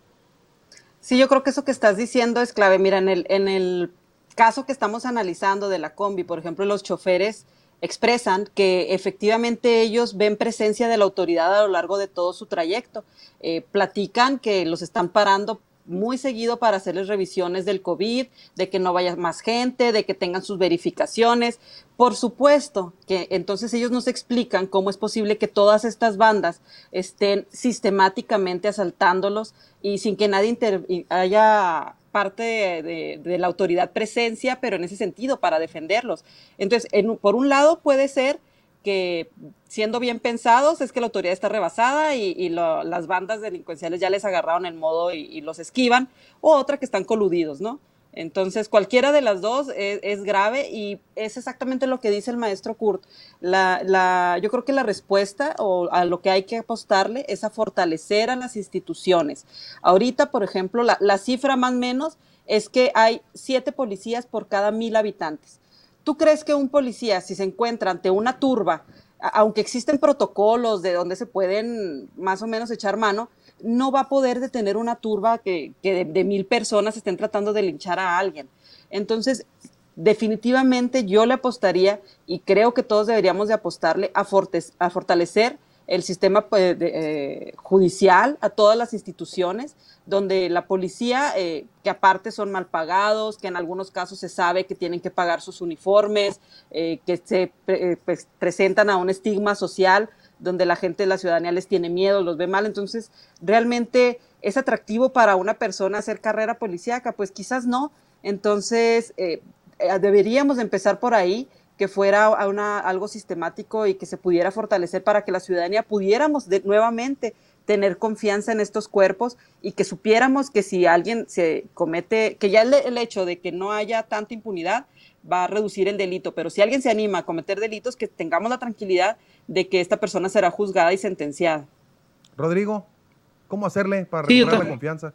Sí, yo creo que eso que estás diciendo es clave. Mira, en el, en el caso que estamos analizando de la combi, por ejemplo, los choferes expresan que efectivamente ellos ven presencia de la autoridad a lo largo de todo su trayecto. Eh, platican que los están parando muy seguido para hacerles revisiones del COVID, de que no vaya más gente, de que tengan sus verificaciones. Por supuesto que entonces ellos nos explican cómo es posible que todas estas bandas estén sistemáticamente asaltándolos y sin que nadie inter- haya parte de, de, de la autoridad presencia, pero en ese sentido para defenderlos. Entonces, en, por un lado puede ser que siendo bien pensados es que la autoridad está rebasada y, y lo, las bandas delincuenciales ya les agarraron el modo y, y los esquivan, o otra que están coludidos, ¿no? Entonces, cualquiera de las dos es, es grave y es exactamente lo que dice el maestro Kurt. La, la, yo creo que la respuesta o a lo que hay que apostarle es a fortalecer a las instituciones. Ahorita, por ejemplo, la, la cifra más o menos es que hay siete policías por cada mil habitantes. ¿Tú crees que un policía, si se encuentra ante una turba, aunque existen protocolos de donde se pueden más o menos echar mano, no va a poder detener una turba que, que de, de mil personas estén tratando de linchar a alguien? Entonces, definitivamente yo le apostaría, y creo que todos deberíamos de apostarle, a, fortes, a fortalecer el sistema pues, de, eh, judicial, a todas las instituciones, donde la policía, eh, que aparte son mal pagados, que en algunos casos se sabe que tienen que pagar sus uniformes, eh, que se eh, pues, presentan a un estigma social, donde la gente de la ciudadanía les tiene miedo, los ve mal. Entonces, realmente es atractivo para una persona hacer carrera policíaca, pues quizás no. Entonces, eh, deberíamos empezar por ahí, que fuera una, algo sistemático y que se pudiera fortalecer para que la ciudadanía pudiéramos de, nuevamente tener confianza en estos cuerpos y que supiéramos que si alguien se comete, que ya el, el hecho de que no haya tanta impunidad va a reducir el delito, pero si alguien se anima a cometer delitos, que tengamos la tranquilidad de que esta persona será juzgada y sentenciada. Rodrigo, ¿cómo hacerle para recuperar sí, la confianza?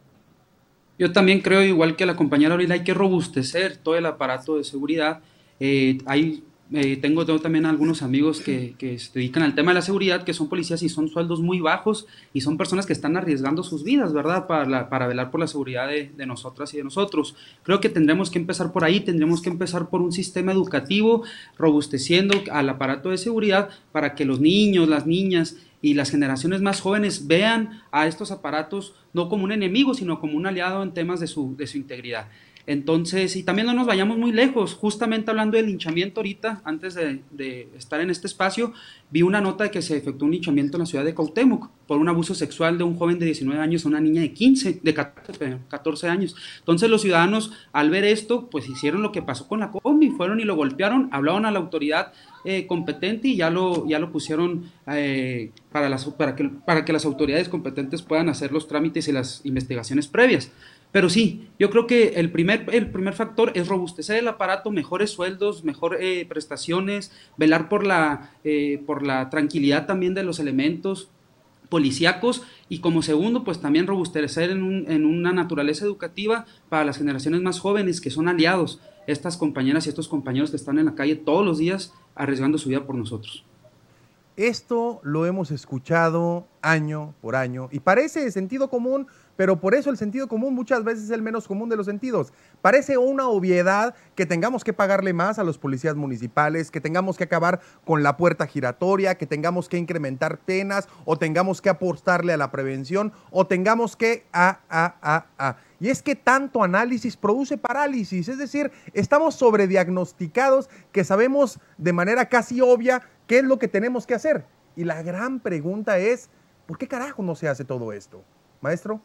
Yo también creo, igual que la compañera Abril, hay que robustecer todo el aparato de seguridad. Eh, hay Eh, tengo, tengo también algunos amigos que, que se dedican al tema de la seguridad, que son policías y son sueldos muy bajos y son personas que están arriesgando sus vidas, ¿verdad? Para, la, para velar por la seguridad de, de nosotras y de nosotros. Creo que tendremos que empezar por ahí, tendremos que empezar por un sistema educativo, robusteciendo al aparato de seguridad para que los niños, las niñas y las generaciones más jóvenes vean a estos aparatos no como un enemigo, sino como un aliado en temas de su, de su integridad. Entonces, y también no nos vayamos muy lejos, justamente hablando del linchamiento ahorita, antes de, de estar en este espacio, vi una nota de que se efectuó un linchamiento en la ciudad de Cuauhtémoc por un abuso sexual de un joven de diecinueve años a una niña de quince, de catorce años. Entonces los ciudadanos, al ver esto, pues hicieron lo que pasó con la combi, fueron y lo golpearon, hablaron a la autoridad eh, competente y ya lo, ya lo pusieron eh, para, las, para, que, para que las autoridades competentes puedan hacer los trámites y las investigaciones previas. Pero sí, yo creo que el primer, el primer factor es robustecer el aparato, mejores sueldos, mejor eh, prestaciones, velar por la, eh, por la tranquilidad también de los elementos policíacos y como segundo, pues también robustecer en, un, en una naturaleza educativa para las generaciones más jóvenes que son aliados, estas compañeras y estos compañeros que están en la calle todos los días arriesgando su vida por nosotros. Esto lo hemos escuchado año por año y parece de sentido común, pero por eso el sentido común muchas veces es el menos común de los sentidos. Parece una obviedad que tengamos que pagarle más a los policías municipales, que tengamos que acabar con la puerta giratoria, que tengamos que incrementar penas o tengamos que apostarle a la prevención o tengamos que a, a, a, a. Y es que tanto análisis produce parálisis, es decir, estamos sobrediagnosticados que sabemos de manera casi obvia qué es lo que tenemos que hacer. Y la gran pregunta es, ¿por qué carajo no se hace todo esto? Maestro.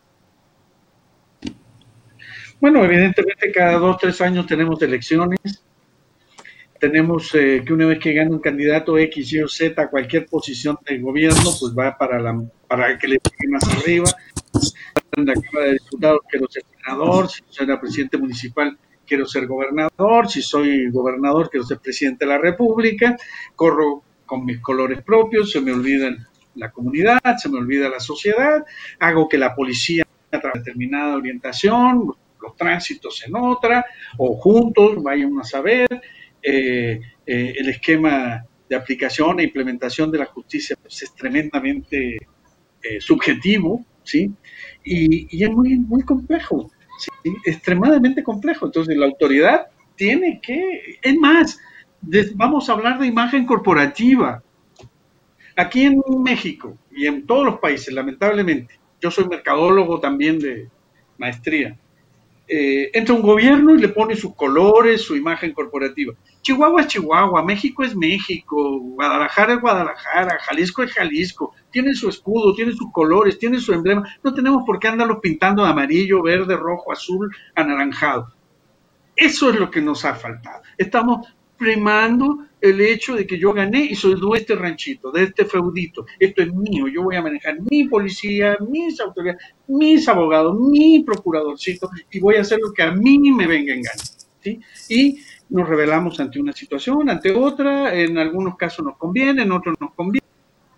Bueno, evidentemente cada dos, tres años tenemos elecciones. Tenemos eh, que una vez que gane un candidato X, Y o Z a cualquier posición de gobierno, pues va para, la, para que le llegue más arriba. En la Cámara de Diputados quiero ser senador, si soy presidente municipal quiero ser gobernador, si soy gobernador quiero ser presidente de la República, corro con mis colores propios, se me olvida la comunidad, se me olvida la sociedad, hago que la policía tenga determinada orientación, los tránsitos en otra, o juntos, vayan a saber, eh, eh, el esquema de aplicación e implementación de la justicia pues, es tremendamente eh, subjetivo, ¿sí? Y, y es muy, muy complejo, ¿sí? Extremadamente complejo. Entonces la autoridad tiene que, es más, de, vamos a hablar de imagen corporativa. Aquí en México y en todos los países, lamentablemente, yo soy mercadólogo también de maestría, eh, entra un gobierno y le pone sus colores, su imagen corporativa. Chihuahua es Chihuahua, México es México, Guadalajara es Guadalajara, Jalisco es Jalisco, tiene su escudo, tiene sus colores, tiene su emblema, no tenemos por qué andarlos pintando de amarillo, verde, rojo, azul, anaranjado. Eso es lo que nos ha faltado. Estamos primando el hecho de que yo gané y soy de este ranchito, de este feudito, esto es mío, yo voy a manejar mi policía, mis autoridades, mis abogados, mi procuradorcito y voy a hacer lo que a mí me venga en gana, ¿sí? Y nos rebelamos ante una situación, ante otra, en algunos casos nos conviene, en otros nos conviene.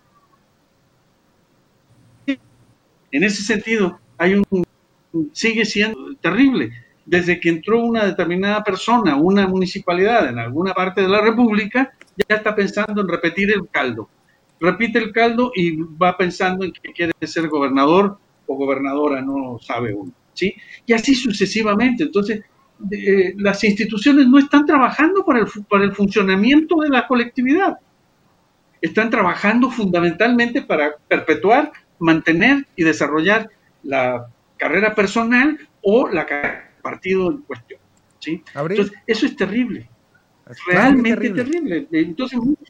En ese sentido, hay un sigue siendo terrible. Desde que entró una determinada persona, una municipalidad en alguna parte de la República, ya está pensando en repetir el caldo. Repite el caldo y va pensando en que quiere ser gobernador o gobernadora, no sabe uno, ¿sí? Y así sucesivamente. Entonces, eh, las instituciones no están trabajando para el, para el funcionamiento de la colectividad. Están trabajando fundamentalmente para perpetuar, mantener y desarrollar la carrera personal o la carrera partido en cuestión, ¿sí? Entonces, eso es terrible, es realmente terrible. terrible. Entonces, muy,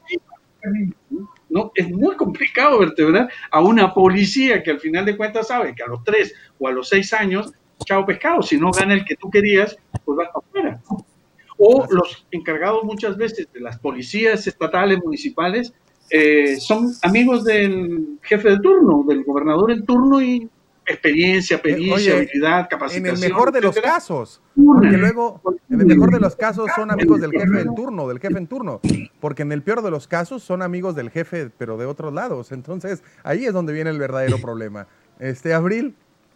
¿no? Es muy complicado vertebrar a una policía que al final de cuentas sabe que a los tres o a los seis años, chao pescado, si no gana el que tú querías, pues vas para afuera. O los encargados muchas veces de las policías estatales, municipales, eh, son amigos del jefe de turno, del gobernador en turno y experiencia, pericia, Oye, habilidad, capacitación. En el mejor de los etcétera. casos, porque luego, en el mejor de los casos son amigos del jefe del turno, del jefe en turno, porque en el peor de los casos son amigos del jefe, pero de otros lados. Entonces, ahí es donde viene el verdadero problema. Este, Abril.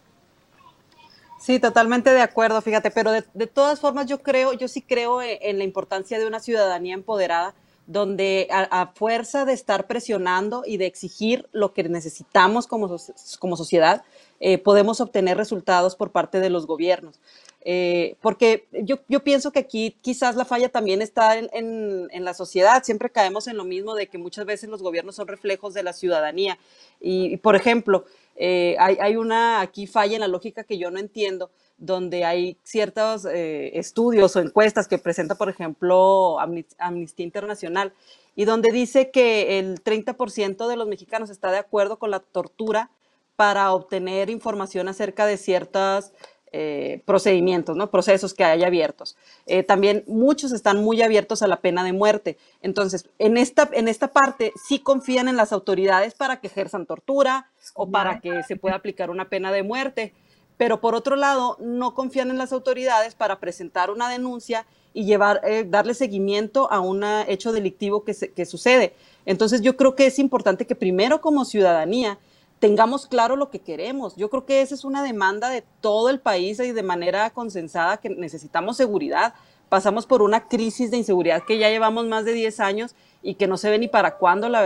Sí, totalmente de acuerdo, fíjate, pero de, de todas formas yo creo, yo sí creo en, en la importancia de una ciudadanía empoderada, donde a, a fuerza de estar presionando y de exigir lo que necesitamos como, como sociedad, eh, podemos obtener resultados por parte de los gobiernos. Eh, porque yo, yo pienso que aquí quizás la falla también está en, en, en la sociedad. Siempre caemos en lo mismo de que muchas veces los gobiernos son reflejos de la ciudadanía. Y, y por ejemplo, eh, hay, hay una aquí falla en la lógica que yo no entiendo, donde hay ciertos eh, estudios o encuestas que presenta, por ejemplo, Amnistía Internacional, y donde dice que el treinta por ciento de los mexicanos está de acuerdo con la tortura para obtener información acerca de ciertos eh, procedimientos, ¿no? Procesos que hay abiertos. Eh, también muchos están muy abiertos a la pena de muerte. Entonces, en esta, en esta parte sí confían en las autoridades para que ejerzan tortura o para que se pueda aplicar una pena de muerte. Pero por otro lado, no confían en las autoridades para presentar una denuncia y llevar, eh, darle seguimiento a un hecho delictivo que, se, que sucede. Entonces yo creo que es importante que primero como ciudadanía tengamos claro lo que queremos. Yo creo que esa es una demanda de todo el país y de manera consensada, que necesitamos seguridad. Pasamos por una crisis de inseguridad que ya llevamos más de diez años y que no se ve ni para cuándo, la verdad.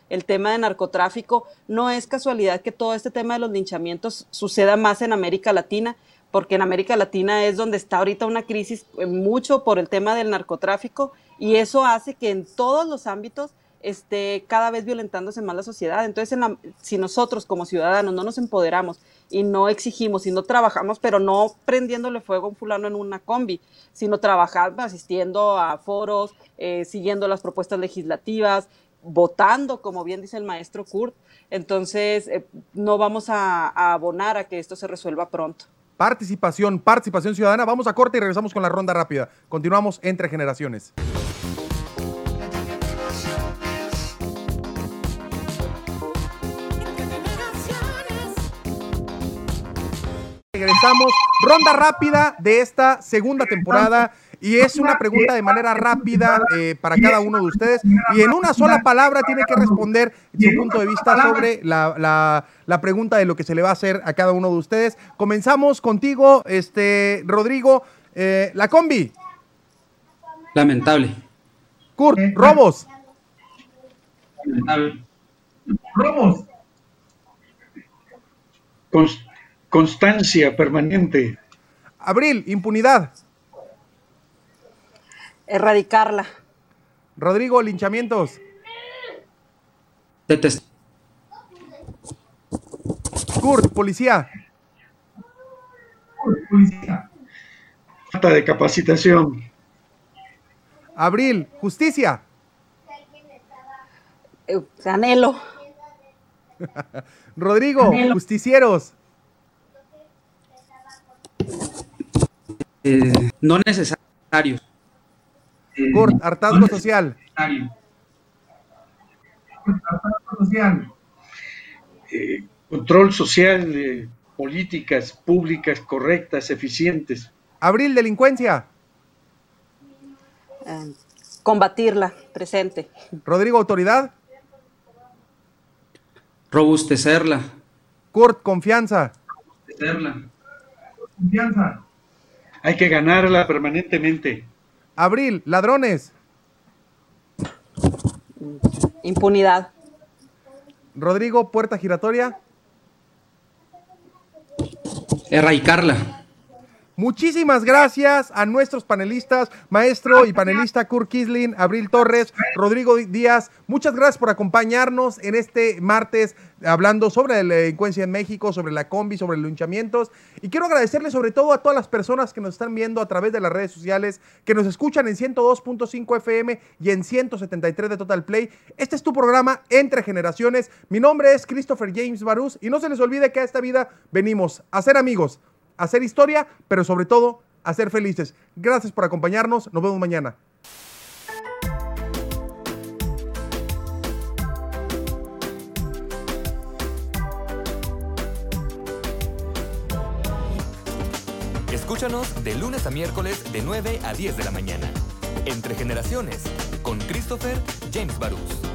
el tema de narcotráfico. No es casualidad que todo este tema de los linchamientos suceda más en América Latina, porque en América Latina es donde está ahorita una crisis mucho por el tema del narcotráfico, y eso hace que en todos los ámbitos esté cada vez violentándose más la sociedad. Entonces, en la, si nosotros como ciudadanos no nos empoderamos y no exigimos y no trabajamos, pero no prendiéndole fuego a un fulano en una combi, sino trabajando, asistiendo a foros, eh, siguiendo las propuestas legislativas, votando, como bien dice el maestro Kurt, entonces eh, no vamos a, a abonar a que esto se resuelva pronto. Participación, participación ciudadana. Vamos a corte y regresamos con la ronda rápida. Continuamos Entre Generaciones. Regresamos, ronda rápida de esta segunda temporada, y es una pregunta de manera rápida eh, para cada uno de ustedes, y en una sola palabra tiene que responder su punto de vista sobre la, la, la pregunta de lo que se le va a hacer a cada uno de ustedes. Comenzamos contigo, este Rodrigo, eh, la combi. Lamentable. Kurt, robos. Lamentable. Robos. Const Constancia permanente. Abril, impunidad. Erradicarla. Rodrigo, linchamientos. Detest. Kurt, policía. Policía. Falta de capacitación. Abril, justicia. Eh, anhelo. Rodrigo, anhelo. Justicieros. Eh, no necesarios. Kurt, hartazgo no social. Hartazgo social. Eh, control social, eh, políticas públicas correctas, eficientes. Abril, delincuencia. Eh, combatirla, presente. Rodrigo, autoridad. Robustecerla. Kurt, confianza. Robustecerla. Confianza. Hay que ganarla permanentemente. Abril, ladrones. Impunidad. Rodrigo, puerta giratoria. Erradicarla. Muchísimas gracias a nuestros panelistas, maestro y panelista Kurt Kislin, Abril Torres, Rodrigo Díaz. Muchas gracias por acompañarnos en este martes hablando sobre la delincuencia en México, sobre la combi, sobre los linchamientos. Y quiero agradecerle sobre todo a todas las personas que nos están viendo a través de las redes sociales, que nos escuchan en ciento dos punto cinco F M y en ciento setenta y tres de Total Play. Este es tu programa Entre Generaciones. Mi nombre es Christopher James Barús y no se les olvide que a esta vida venimos a ser amigos, a hacer historia, pero sobre todo a ser felices. Gracias por acompañarnos. Nos vemos mañana. Escúchanos de lunes a miércoles de nueve a diez de la mañana. Entre Generaciones, con Christopher James Barús.